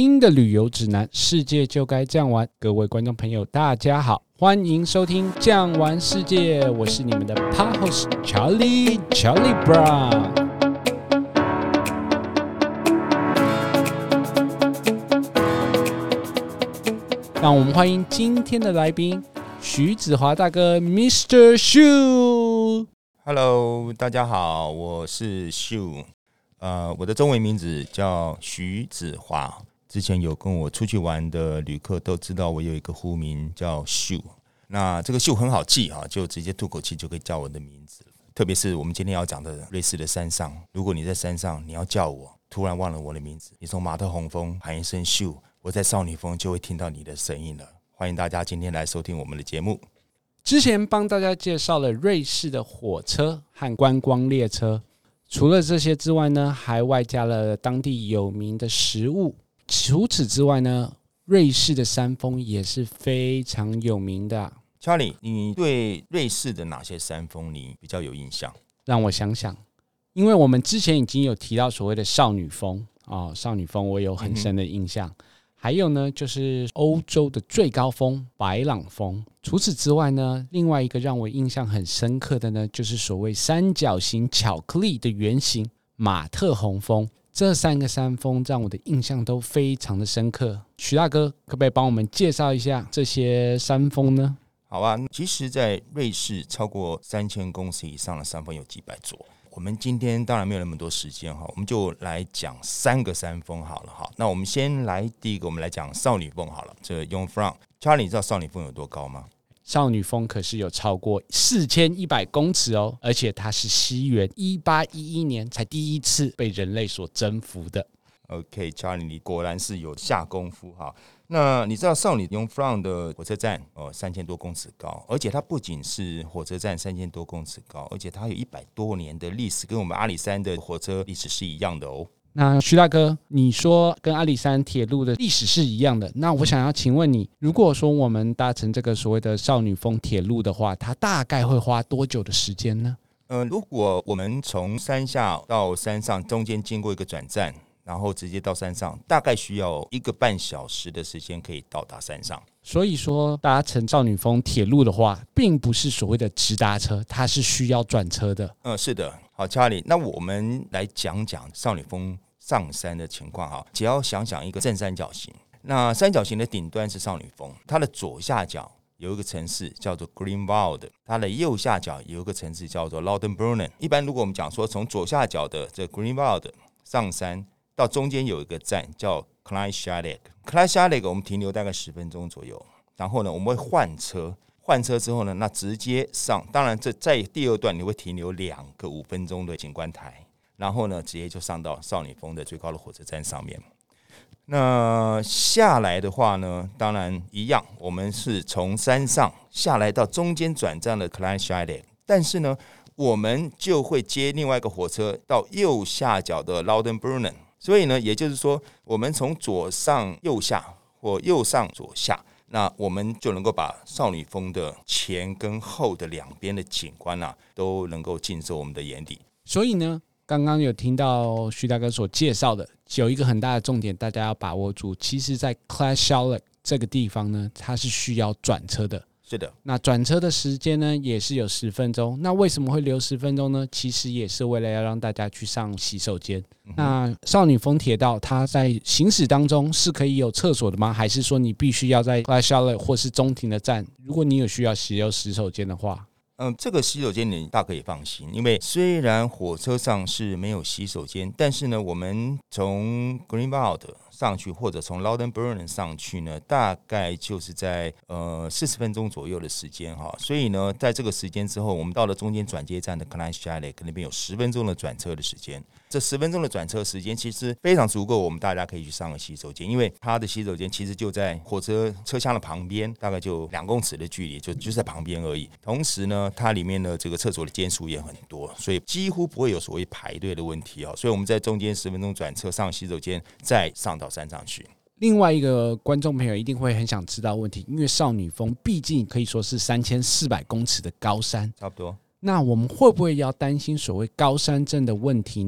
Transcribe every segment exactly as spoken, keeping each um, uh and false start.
听的旅游指南，世界就该这样玩。各位观众朋友，大家好，欢迎收听《这样玩世界》，我是你们的 Pod host Charlie Charlie Brown。让我们欢迎今天的来宾徐子华大哥 Mister Shu。Hello， 大家好，我是 Shu， 呃，我的中文名字叫徐子华。之前有跟我出去玩的旅客都知道我有一个呼名叫 Shu， 那这个 Shu 很好记啊，就直接吐口气就可以叫我的名字。特别是我们今天要讲的瑞士的山上，如果你在山上你要叫我，突然忘了我的名字，你从马特洪峰喊一声 Shu， 我在少女峰就会听到你的声音了。欢迎大家今天来收听我们的节目。 之前帮大家介绍了瑞士的火车和观光列车，除了这些之外呢，还外加了当地有名的食物。除此之外呢，瑞士的山峰也是非常有名的、啊。 Charlie， 你对瑞士的哪些山峰你比较有印象？ 让我想想，因为我们之前已经有提到所谓的少女峰、哦、少女峰我有很深的印象、嗯、还有呢就是欧洲的最高峰白朗峰。除此之外呢，另外一个让我印象很深刻的呢，就是所谓三角形巧克力的原型马特洪峰。这三个山峰让我的印象都非常的深刻。徐大哥可不可以帮我们介绍一下这些山峰呢？ 好啊，其实在瑞士超过三千公尺以上的山峰有几百座。我们今天当然没有那么多时间，我们就来讲三个山峰好了。好，那我们先来第一个，我们来讲少女峰好了。这个 Jungfrau Charlie， 你知道少女峰有多高吗？ 少女峰可是有超过四千一百公尺哦，而且它是西元一八一一年才第一次被人类所征服的。 OK， Charlie， 你果然是有下功夫哈。那你知道少女 Jungfrau 的火车站哦，三千多公尺高，而且它不仅是火车站三千多公尺高，而且它有一百多年的历史，跟我们阿里山的火车历史是一样的哦。 那徐大哥，你说跟阿里山铁路的历史是一样的，那我想要请问你，如果说我们搭乘这个所谓的少女峰铁路的话，它大概会花多久的时间呢？ 呃，如果我们从山下到山上中间经过一个转站，然后直接到山上，大概需要一个半小时的时间可以到达山上。 所以说搭乘少女峰铁路的话，并不是所谓的直达车，它是需要转车的。 嗯，是的。好 Charlie， 那我们来讲讲少女峰上山的情况哈。只要想想一个正三角形，那三角形的顶端是少女峰，它的左下角有一个城市叫做 Greenwald， 它的右下角有一个城市叫做 Lauterbrunnen。 一般如果我们讲说从左下角的这 Greenwald 上山到中间有一个站叫 Kleinschalleck， Kleinschalleck 我们停留大概十分钟左右，然后呢我们会换车，换车之后呢，那直接上，当然这在第二段你会停留两个五分钟的景观台，然后呢直接就上到少女峰的最高的火车站上面。那下来的话呢，当然一样，我们是从山上下来到中间转站的 Kleinschalleck， 但是呢我们就会接另外一个火车到右下角的 Lauterbrunnen。 所以呢也就是说，我们从左上右下或右上左下，那我们就能够把少女峰的前跟后的两边的景观啊，都能够尽收我们的眼底。 所以呢，刚刚有听到徐大哥所介绍的，有一个很大的重点，大家要把握住。其实在 Kleinschalleck 这个地方呢，它是需要转车的。 是的， 那转车的时间呢也是有十分钟。那为什么会留十分钟呢？其实也是为了要让大家去上洗手间、嗯、那少女峰铁道它在行驶当中是可以有厕所的吗？还是说你必须要在 Kleinschalleck 或是中庭的站，如果你有需要使用洗手间的话， 嗯，这个洗手间你大可以放心，因为虽然火车上是没有洗手间，但是呢我们从 Greenwald 上去或者从 Lauterbrunnen 上去呢，大概就是在呃四十分钟左右的时间哈。所以呢在这个时间之后，我们到了中间转接站的 Kleinschalleck 那边有十分钟的转车的时间。这十分钟的转车时间其实非常足够，我们大家可以去上个洗手间，因为它的洗手间其实就在火车车厢的旁边，大概就两公尺的距离，就就在旁边而已。同时呢，它里面的这个厕所的间数也很多，所以几乎不会有所谓排队的问题哦。所以我们在中间十分钟转车上洗手间，再上到山上去。 另外一个观众朋友一定会很想知道问题，因为少女峰毕竟可以说是三千四百公尺的高山， 差不多。 那我们会不会要担心所谓高山症的问题呢？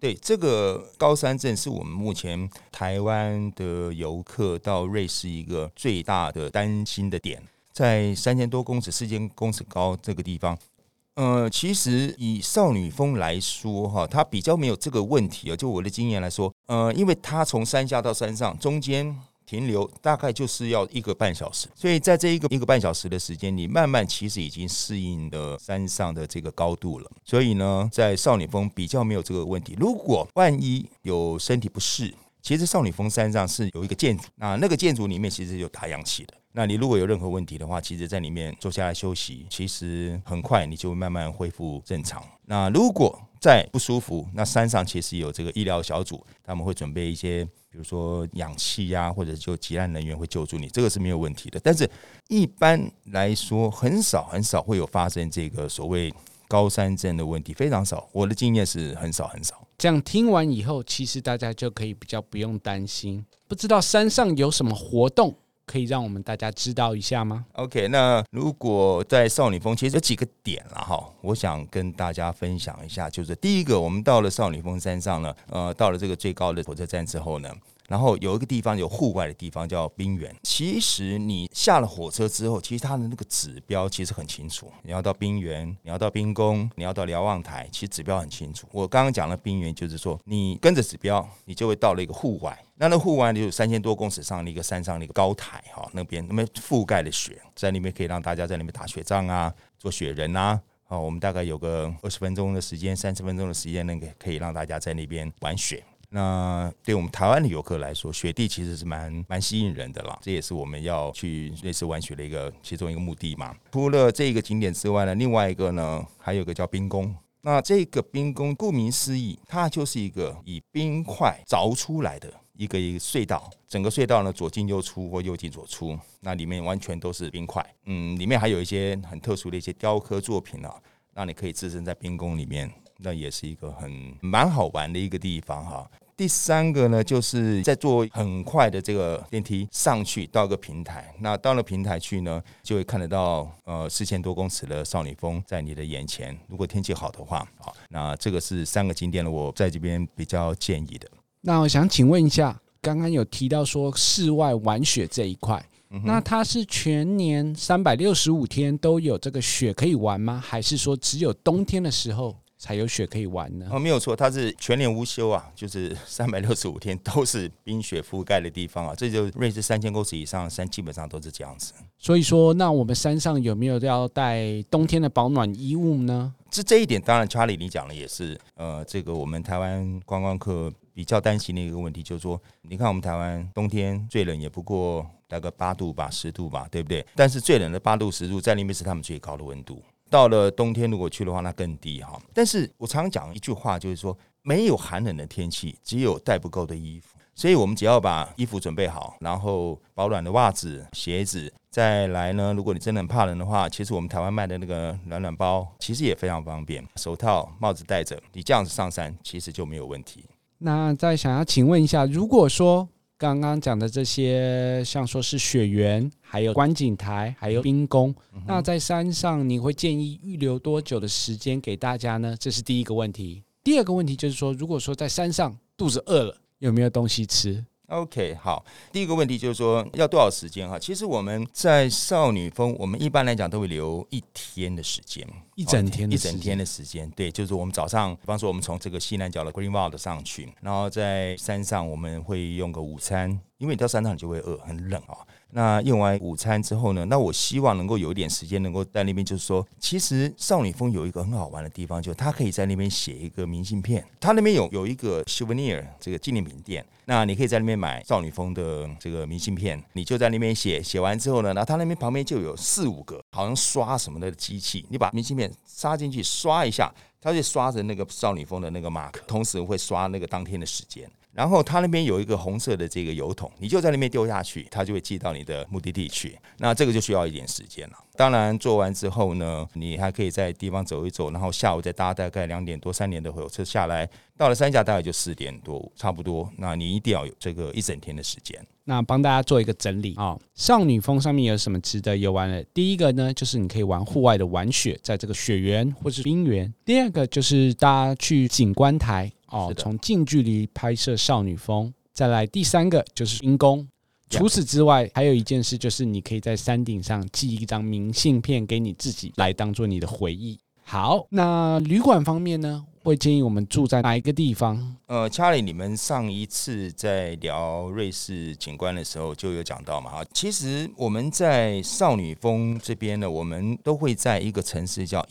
对，这个高山镇是我们目前台湾的游客到瑞士一个最大的担心的点，在三千多公尺、四千公尺高这个地方。呃，其实以少女峰来说，哈，它比较没有这个问题。就我的经验来说，呃，因为它从山下到山上中间停留大概就是要一个半小时，所以在这一个一个半小时的时间，你慢慢其实已经适应了山上的这个高度了。所以呢，在少女峰比较没有这个问题。如果万一有身体不适，其实少女峰山上是有一个建筑，那那个建筑里面其实有打氧气的。那你如果有任何问题的话，其实在里面坐下来休息，其实很快你就会慢慢恢复正常。那如果再不舒服，那山上其实有这个医疗小组，他们会准备一些比如说氧气呀、啊，或者就急难人员会救助你，这个是没有问题的。但是一般来说很少很少会有发生这个所谓高山症的问题，非常少，我的经验是很少很少。 这样听完以后，其实大家就可以比较不用担心。不知道山上有什么活动可以让我们大家知道一下吗？ OK， 那如果在少女峰其实有几个点啦哈，我想跟大家分享一下。就是第一个，我们到了少女峰山上呢，呃，到了这个最高的火车站之后呢，然后有一个地方有户外的地方叫冰原。其实你下了火车之后，其实它的那个指标其实很清楚，你要到冰原，你要到冰宫，你要到瞭望台，其实指标很清楚。我刚刚讲的冰原就是说你跟着指标，你就会到了一个户外，那那户外就是三千多公尺上的一个山上的一个高台，那边那边覆盖了雪，在那边可以让大家在那边打雪仗啊，做雪人啊。我们大概有个二十分钟的时间，三十分钟的时间，那个可以让大家在那边玩雪。那对我们台湾的游客来说，雪地其实是蛮蛮吸引人的啦，这也是我们要去瑞士玩雪的一个其中一个目的嘛。除了这个景点之外呢，另外一个呢，还有一个叫冰宫。那这个冰宫顾名思义，它就是一个以冰块凿出来的一个一个隧道，整个隧道呢左进右出或右进左出，那里面完全都是冰块。嗯，里面还有一些很特殊的一些雕刻作品啊，让你可以置身在冰宫里面，那也是一个很蛮好玩的一个地方哈。第三个呢，就是在坐很快的这个电梯上去到一个平台，那到了平台去呢，就会看得到呃四千多公尺的少女峰在你的眼前。如果天气好的话，好，那这个是三个景点了，我在这边比较建议的。 那我想请问一下，刚刚有提到说室外玩雪这一块，嗯、那它是全年三百六十五天都有这个雪可以玩吗？还是说只有冬天的时候才有雪可以玩呢？ 哦，没有错，它是全年无休啊，就是三百六十五天都是冰雪覆盖的地方啊。这就瑞士三千公尺以上的山基本上都是这样子。 所以说，那我们山上有没有要带冬天的保暖衣物呢？ 这这一点当然 Charlie 你讲的也是，呃，这个我们台湾观光客比较担心的一个问题，就是说，你看我们台湾冬天最冷也不过大概八度吧、十度吧，对不对？但是最冷的八度、十度在那边是他们最高的温度。到了冬天如果去的话，那更低哈。但是我常讲一句话，就是说，没有寒冷的天气，只有带不够的衣服。所以我们只要把衣服准备好，然后保暖的袜子、鞋子，再来呢，如果你真的很怕冷的话，其实我们台湾卖的那个暖暖包其实也非常方便，手套、帽子戴着，你这样子上山其实就没有问题。 那再想要请问一下，如果说刚刚讲的这些，像说是雪原，还有观景台，还有冰宫、嗯，那在山上你会建议预留多久的时间给大家呢？这是第一个问题。第二个问题就是说，如果说在山上肚子饿了，有没有东西吃？ OK， 好，第一个问题就是说要多少时间哈？其实我们在少女峰，我们一般来讲都会留一天的时间， 一整天的时间，一整天的时间。对，就是我们早上，比方说我们从这个西南角的 Greenwald 上去，然后在山上我们会用个午餐，因为你到山上你就会饿，很冷啊。那用完午餐之后呢，那我希望能够有一点时间能够在那边，就是说，其实少女峰有一个很好玩的地方，就是它可以在那边写一个明信片，它那边有有一个 souvenir 这个纪念品店，那你可以在那边买少女峰的这个明信片，你就在那边写，写完之后呢，然后它那边旁边就有四五个好像刷什么的机器，你把明信片插进去刷一下，它就刷着那个少女峰的那个 mark， 同时会刷那个当天的时间。然后它那边有一个红色的这个邮筒，你就在那边丢下去，它就会寄到你的目的地去。那这个就需要一点时间了。当然做完之后呢，你还可以在地方走一走，然后下午再搭大概两点多三点的火车下来，到了山下大概就四点多差不多。那你一定要有这个一整天的时间。 那帮大家做一个整理啊、哦，少女峰上面有什么值得游玩的？第一个呢，就是你可以玩户外的玩雪，在这个雪原或是冰原。第二个就是大家去景观台哦，从近距离拍摄少女峰。再来第三个就是鹰宫。除此之外，还有一件事就是你可以在山顶上寄一张明信片给你自己，来当做你的回忆。好，那旅馆方面呢，会建议我们住在哪一个地方？ 呃，查理，你们上一次在聊瑞士景观的时候就有讲到嘛，哈，其实我们在少女峰这边呢，我们都会在一个城市叫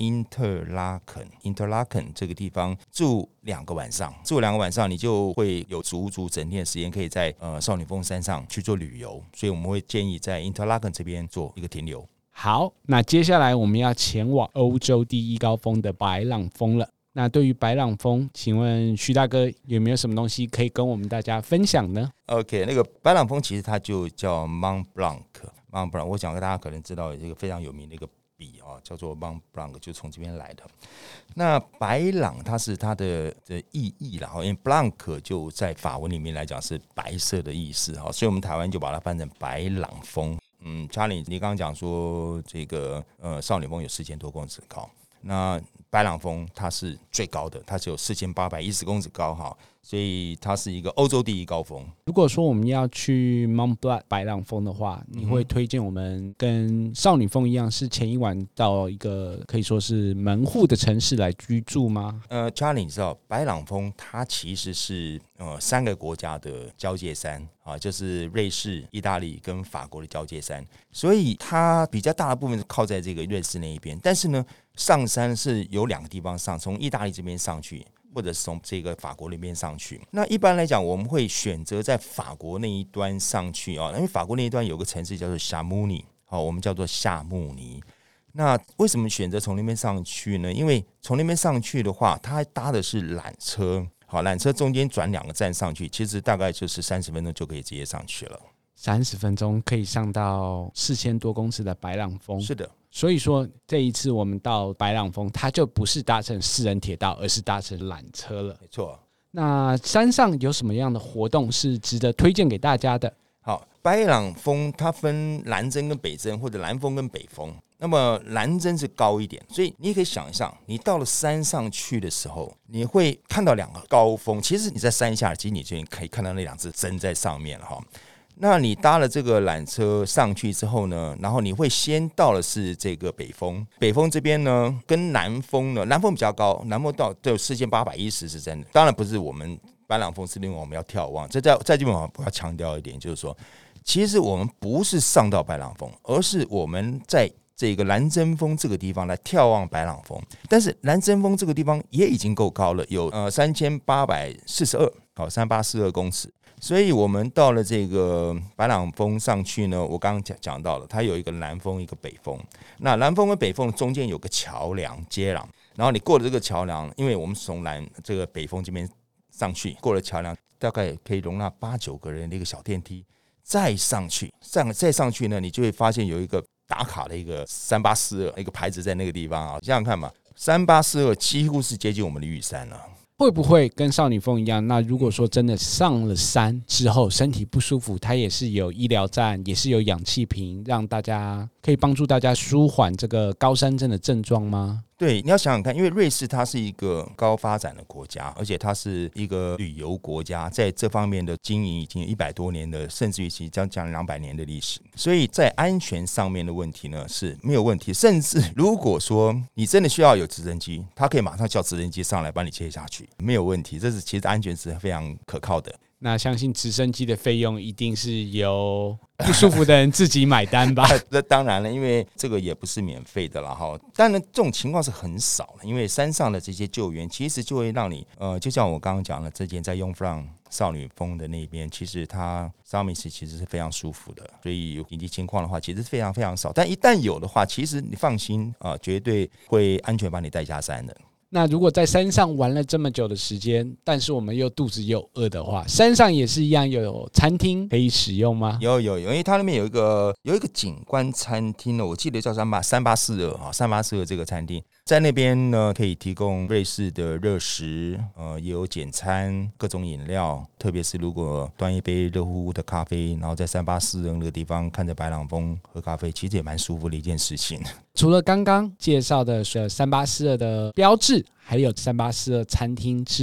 Interlaken，Interlaken 这个地方住两个晚上，住两个晚上，你就会有足足整天的时间可以在呃少女峰山上去做旅游，所以我们会建议在 Interlaken 这边做一个停留。 好，那接下来我们要前往欧洲第一高峰的白朗峰了。那对于白朗峰，请问徐大哥有没有什么东西可以跟我们大家分享呢 ？OK， 那个白朗峰其实它就叫 Mont Blanc。Mont Blanc， 我想大家可能知道有一个非常有名的一个笔啊，叫做 Mont Blanc， 就从这边来的。那白朗它是它的的意义啦，因为 Blanc 就在法文里面来讲是白色的意思哈，所以我们台湾就把它翻成白朗峰。嗯，查理，你刚刚讲说这个呃少女峰有四千多公尺高，那白朗峰它是最高的，它只有四千八百一十公尺高哈，所以它是一个欧洲第一高峰。 如果说我们要去 Mont Blanc 白朗峰的话，你会推荐我们跟少女峰一样，是前一晚到一个可以说是门户的城市来居住吗？ 呃，查理，你知道白朗峰它其实是呃三个国家的交界山啊，就是瑞士、意大利跟法国的交界山，所以它比较大的部分是靠在这个瑞士那一边，但是呢，上山是有两个地方上，从意大利这边上去，或者是从这个法国那边上去。那一般来讲，我们会选择在法国那一端上去啊，因为法国那一端有个城市叫做夏慕尼，好，我们叫做夏慕尼。那为什么选择从那边上去呢？因为从那边上去的话，它搭的是缆车，好，缆车中间转两个站上去，其实大概就是三十分钟就可以直接上去了。 三十分钟可以上到四千多公尺的白朗峰。 是的。 所以说这一次我们到白朗峰，它就不是搭乘私人铁道，而是搭乘缆车了。 没错。 那山上有什么样的活动是值得推荐给大家的？ 好，白朗峰它分南针跟北针，或者南峰跟北峰。那么南针是高一点，所以你也可以想象，你到了山上去的时候，你会看到两个高峰。其实你在山下，其实你就可以看到那两只针在上面了哈。那你搭了这个缆车上去之后呢，然后你会先到的是这个北峰，北峰这边呢跟南峰呢，南峰比较高，南峰到都有四千八百一十是真的，当然不是我们白朗峰是另外我们要眺望。这在在这边我要强调一点，就是说，其实我们不是上到白朗峰，而是我们在这个蓝针峰这个地方来眺望白朗峰，但是蓝针峰这个地方也已经够高了，有呃三千八百四十二，好，三八四二公尺。所以我们到了这个白朗峰上去呢，我刚刚讲到了，它有一个南峰一个北峰。那南峰跟北峰中间有个桥梁接壤，然后你过了这个桥梁，因为我们从南这个北峰这边上去，过了桥梁大概可以容纳八九个人的一个小电梯，再上去，上再上去呢，你就会发现有一个打卡的一个三八四二一个牌子在那个地方啊，想想看嘛，三八四二几乎是接近我们的玉山了。 会不会跟少女峰一样？那如果说真的上了山之后身体不舒服，它也是有医疗站，也是有氧气瓶，让大家可以帮助大家舒缓这个高山症的症状吗？ 对，你要想想看，因为瑞士它是一个高发展的国家，而且它是一个旅游国家，在这方面的经营已经有一百多年的，甚至于其将近两百年的历史，所以在安全上面的问题呢是没有问题。甚至如果说你真的需要有直升机，它可以马上叫直升机上来帮你接下去，没有问题。这是其实安全是非常可靠的。 那相信直升机的费用一定是由不舒服的人自己买单吧？ 那当然了，因为这个也不是免费的啦哈。当然这种情况是很少的，因为山上的这些救援其实就会让你呃，就像我刚刚讲的，之前在雍弗朗少女峰的那边，其实它上面是其实是非常舒服的，所以有紧急情况的话，其实非常非常少。但一旦有的话，其实你放心啊、呃，绝对会安全把你带下山的。 那如果在山上玩了这么久的时间，但是我们又肚子又饿的话，山上也是一样有餐厅可以使用吗？ 有有有，因为它那边有一个有一个景观餐厅呢，我记得叫三八三八四二啊，三八四二这个餐厅，在那边呢可以提供瑞士的热食，呃，也有简餐，各种饮料，特别是如果端一杯热乎乎的咖啡，然后在三八四二那个地方看着白朗峰喝咖啡，其实也蛮舒服的一件事情。 除了刚刚介绍的三八四二的标志，还有三八四二餐厅之外，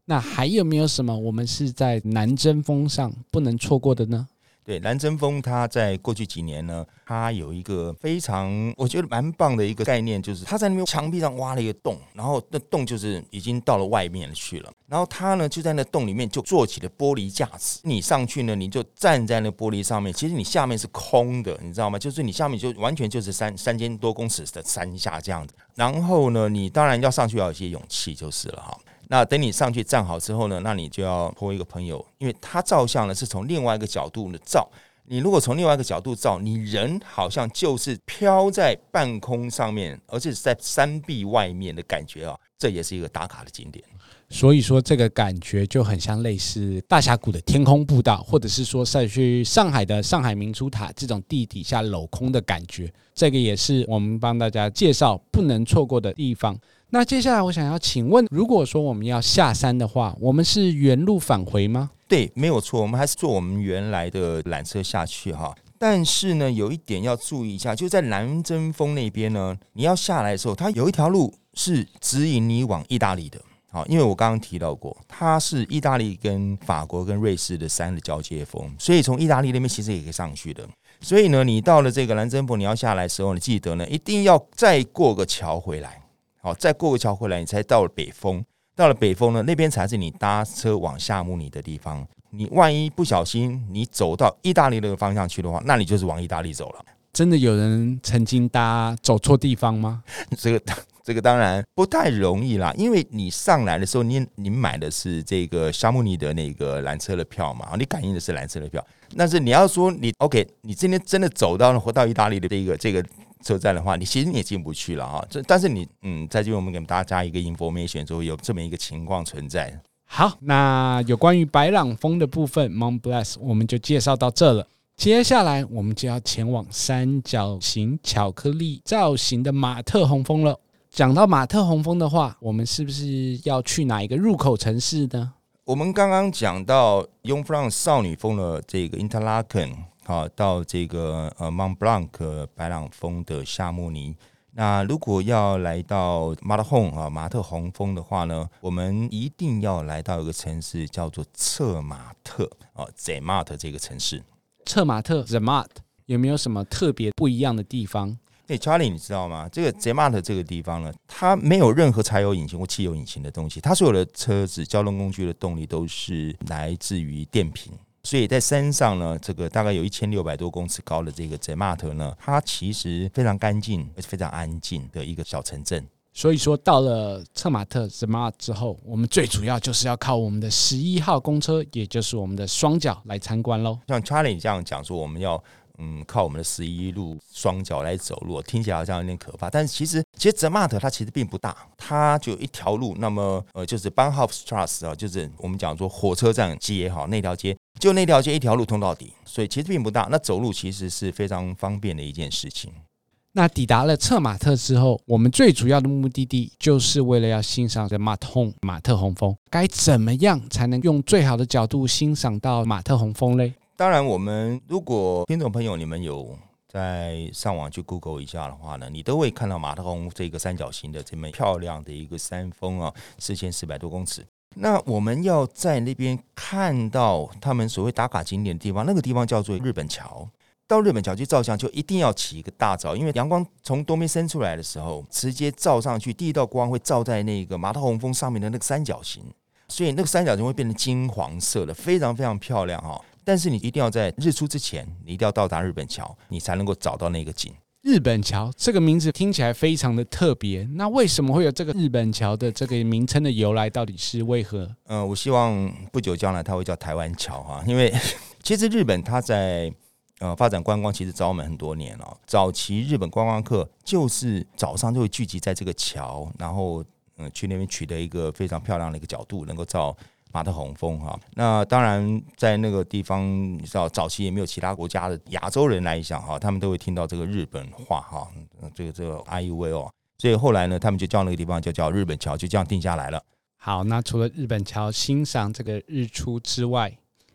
那还有没有什么我们是在南针峰上不能错过的呢？ 对，南针峰它在过去几年呢，它有一个非常我觉得蛮棒的一个概念，就是它在那边墙壁上挖了一个洞，然后那洞就是已经到了外面去了，然后它呢就在那洞里面就做起了玻璃架子，你上去呢你就站在那玻璃上面，其实你下面是空的，你知道吗？就是你下面就完全就是三三千多公尺的山下这样子，然后呢你当然要上去要有一些勇气就是了哈。那等你上去站好之后呢，那你就要托一个朋友，因为他照相呢是从另外一个角度的照，你如果从另外一个角度照，你人好像就是飘在半空上面，而且是在山壁外面的感觉啊，这也是一个打卡的景点。 所以说这个感觉就很像类似大峡谷的天空步道，或者是说再去上海的上海明珠塔这种地底下镂空的感觉，这个也是我们帮大家介绍不能错过的地方。那接下来我想要请问，如果说我们要下山的话，我们是原路返回吗？ 对，没有错，我们还是坐我们原来的缆车下去哈。但是呢，有一点要注意一下，就在南针峰那边呢，你要下来的时候，它有一条路是指引你往意大利的。好，因为我刚刚提到过，它是意大利跟法国跟瑞士的山的交界峰，所以从意大利那边其实也可以上去的。所以呢，你到了这个南针峰，你要下来的时候，你记得呢，一定要再过个桥回来。好，再过个桥回来，你才到了北峰。到了北峰呢，那边才是你搭车往夏慕尼的地方。你万一不小心你走到意大利那个方向去的话，那你就是往意大利走了。 真的有人曾经搭走错地方吗？ 这个这个当然不太容易啦，因为你上来的时候，你你买的是这个夏慕尼的那个缆车的票嘛，你感应的是缆车的票。但是你要说你 OK， 你今天真的走到回到意大利的这个这个。车站的话，你其实你也进不去了哈。但是你嗯，在这边我们给大家加一个 information， 说有这么一个情况存在。 好，那有关于白朗峰的部分 Mont Blanc 我们就介绍到这了。接下来我们就要前往三角形巧克力造型的马特洪峰了。讲到马特洪峰的话，我们是不是要去哪一个入口城市呢？ 我们刚刚讲到 Jungfrau 少女峰的这个 Interlaken。好，到这个呃 Mont Blanc 白朗峰的夏慕尼。那如果要来到马特洪啊马特洪峰的话呢，我们一定要来到一个城市叫做策马特啊 Zermatt 这个城市。 策马特 Zermatt 有没有什么特别不一样的地方？ 对 Charlie 你知道吗？这个 Zermatt 这个地方呢，它没有任何柴油引擎或汽油引擎的东西，它所有的车子交通工具的动力都是来自于电瓶。所以在山上呢，这个大概有一千六百多公尺高的这个 Zermatt 呢，它其实非常干净、非常安静的一个小城镇。 所以说，到了策马特 Zermatt 之后，我们最主要就是要靠我们的十一号公车，也就是我们的双脚来参观咯。 像 Charlie 这样讲说，我们要嗯靠我们的十一路双脚来走路，听起来好像有点可怕，但是其实其实 Zermatt 它其实并不大，它就一条路，那么呃就是 Bahnhofstrasse 啊，就是我们讲说火车站街哈那条街。就那条街一条路通到底，所以其实并不大。那走路其实是非常方便的一件事情。 那抵达了策马特之后，我们最主要的目的地就是为了要欣赏的马特洪马特洪峰。该怎么样才能用最好的角度欣赏到马特洪峰嘞？ 当然，我们如果听众朋友你们有在上网去 Google 一下的话呢，你都会看到马特洪这个三角形的这么漂亮的一个山峰啊，四千四百多公尺。那我们要在那边看到他们所谓打卡景点的地方，那个地方叫做日本桥。到日本桥去照相就一定要起一个大早，因为阳光从东边升出来的时候，直接照上去，第一道光会照在那个马特洪峰上面的那个三角形，所以那个三角形会变成金黄色的，非常非常漂亮哈。但是你一定要在日出之前，你一定要到达日本桥，你才能够找到那个景。 日本桥这个名字听起来非常的特别，那为什么会有这个日本桥的这个名称的由来？到底是为何？ 呃，我希望不久将来它会叫台湾桥哈，因为其实日本它在呃发展观光其实早我们很多年了。早期日本观光客就是早上就会聚集在这个桥，然后、呃、去那边取得一个非常漂亮的一个角度，能够照马特洪峰哈。那当然在那个地方你知道早期也没有其他国家的亚洲人来讲哈，他们都会听到这个日本话哈，这个这个 I U V 哦，所以后来呢他们就叫那个地方就叫日本桥，就这样定下来了。 好，那除了日本桥欣赏这个日出之外，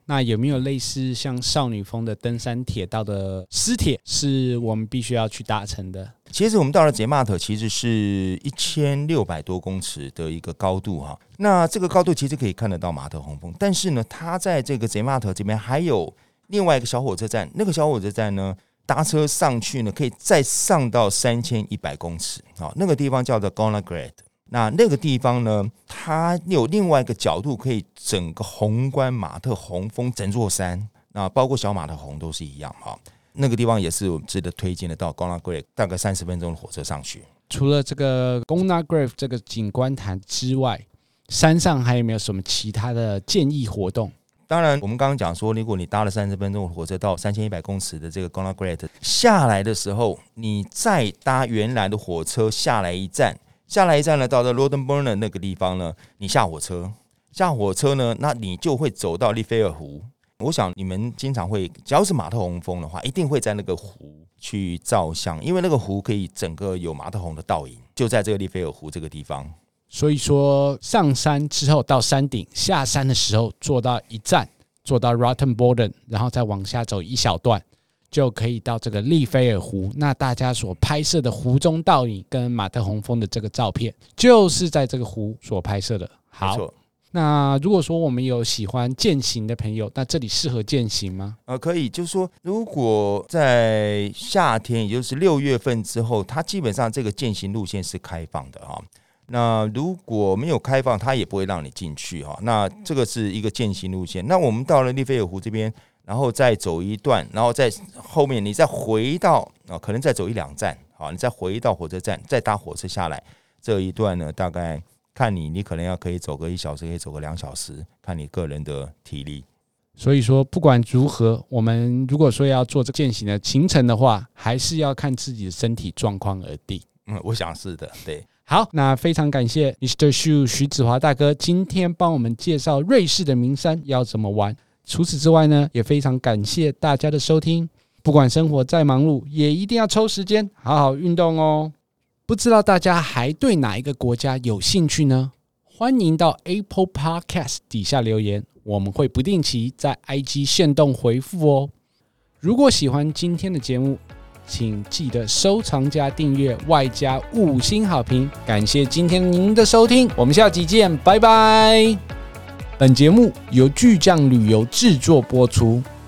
那有没有类似像少女峰的登山铁道的私铁，是我们必须要去达成的？ 其实我们到了捷马特其实是一千六百多公尺的一个高度哈，那这个高度其实可以看得到马特洪峰，但是呢，它在这个捷马特这边还有另外一个小火车站，那个小火车站呢，搭车上去呢，可以再上到三千一百公尺，好，那个地方叫做 Gonagrad Grade。那那个地方呢，它有另外一个角度，可以整个宏观马特洪峰整座山，那包括小马特洪都是一样哈。那个地方也是我们值得推荐的，到 Gonagrad 大概三十分钟的火车上去。 除了这个 Gonagrad 这个景观潭之外，山上还有没有什么其他的建议活动？ 当然，我们刚刚讲说，如果你搭了三十分钟的火车到三千一百公尺的这个 Gonagrad 下来的时候，你再搭原来的火车下来一站。下来一站呢，到了 Rodenburg 那个地方呢，你下火车，下火车呢，那你就会走到利菲尔湖。我想你们经常会，只要是马特洪峰的话，一定会在那个湖去照相，因为那个湖可以整个有马特洪的倒影，就在这个利菲尔湖这个地方。 所以说，上山之后到山顶，下山的时候坐到一站，坐到 Rotenboden， 然后再往下走一小段，就可以到这个利菲尔湖。那大家所拍摄的湖中倒影跟马特洪峰的这个照片，就是在这个湖所拍摄的。好，那如果说我们有喜欢健行的朋友，那这里适合健行吗？ 呃，可以，就是说，如果在夏天，也就是六月份之后，它基本上这个健行路线是开放的哈。那如果没有开放，它也不会让你进去哈。那这个是一个健行路线。那我们到了利菲尔湖这边，然后再走一段，然后在后面你再回到、哦、可能再走一两站，好，你再回到火车站，再搭火车下来。这一段呢，大概看你，你可能要可以走个一小时，可以走个两小时，看你个人的体力。 所以说，不管如何，我们如果说要做这健行的行程的话，还是要看自己的身体状况而定。 嗯，我想是的，对。 好，那非常感谢 Mister Shu 徐子华大哥今天帮我们介绍瑞士的名山要怎么玩。除此之外呢，也非常感谢大家的收听。不管生活再忙碌，也一定要抽时间好好运动哦。不知道大家还对哪一个国家有兴趣呢？欢迎到 Apple Podcast 底下留言，我们会不定期在 I G 限动回复哦。如果喜欢今天的节目，请记得收藏加订阅，外加五星好评。感谢今天您的收听，我们下集见，拜拜。本节目由巨匠旅游制作播出。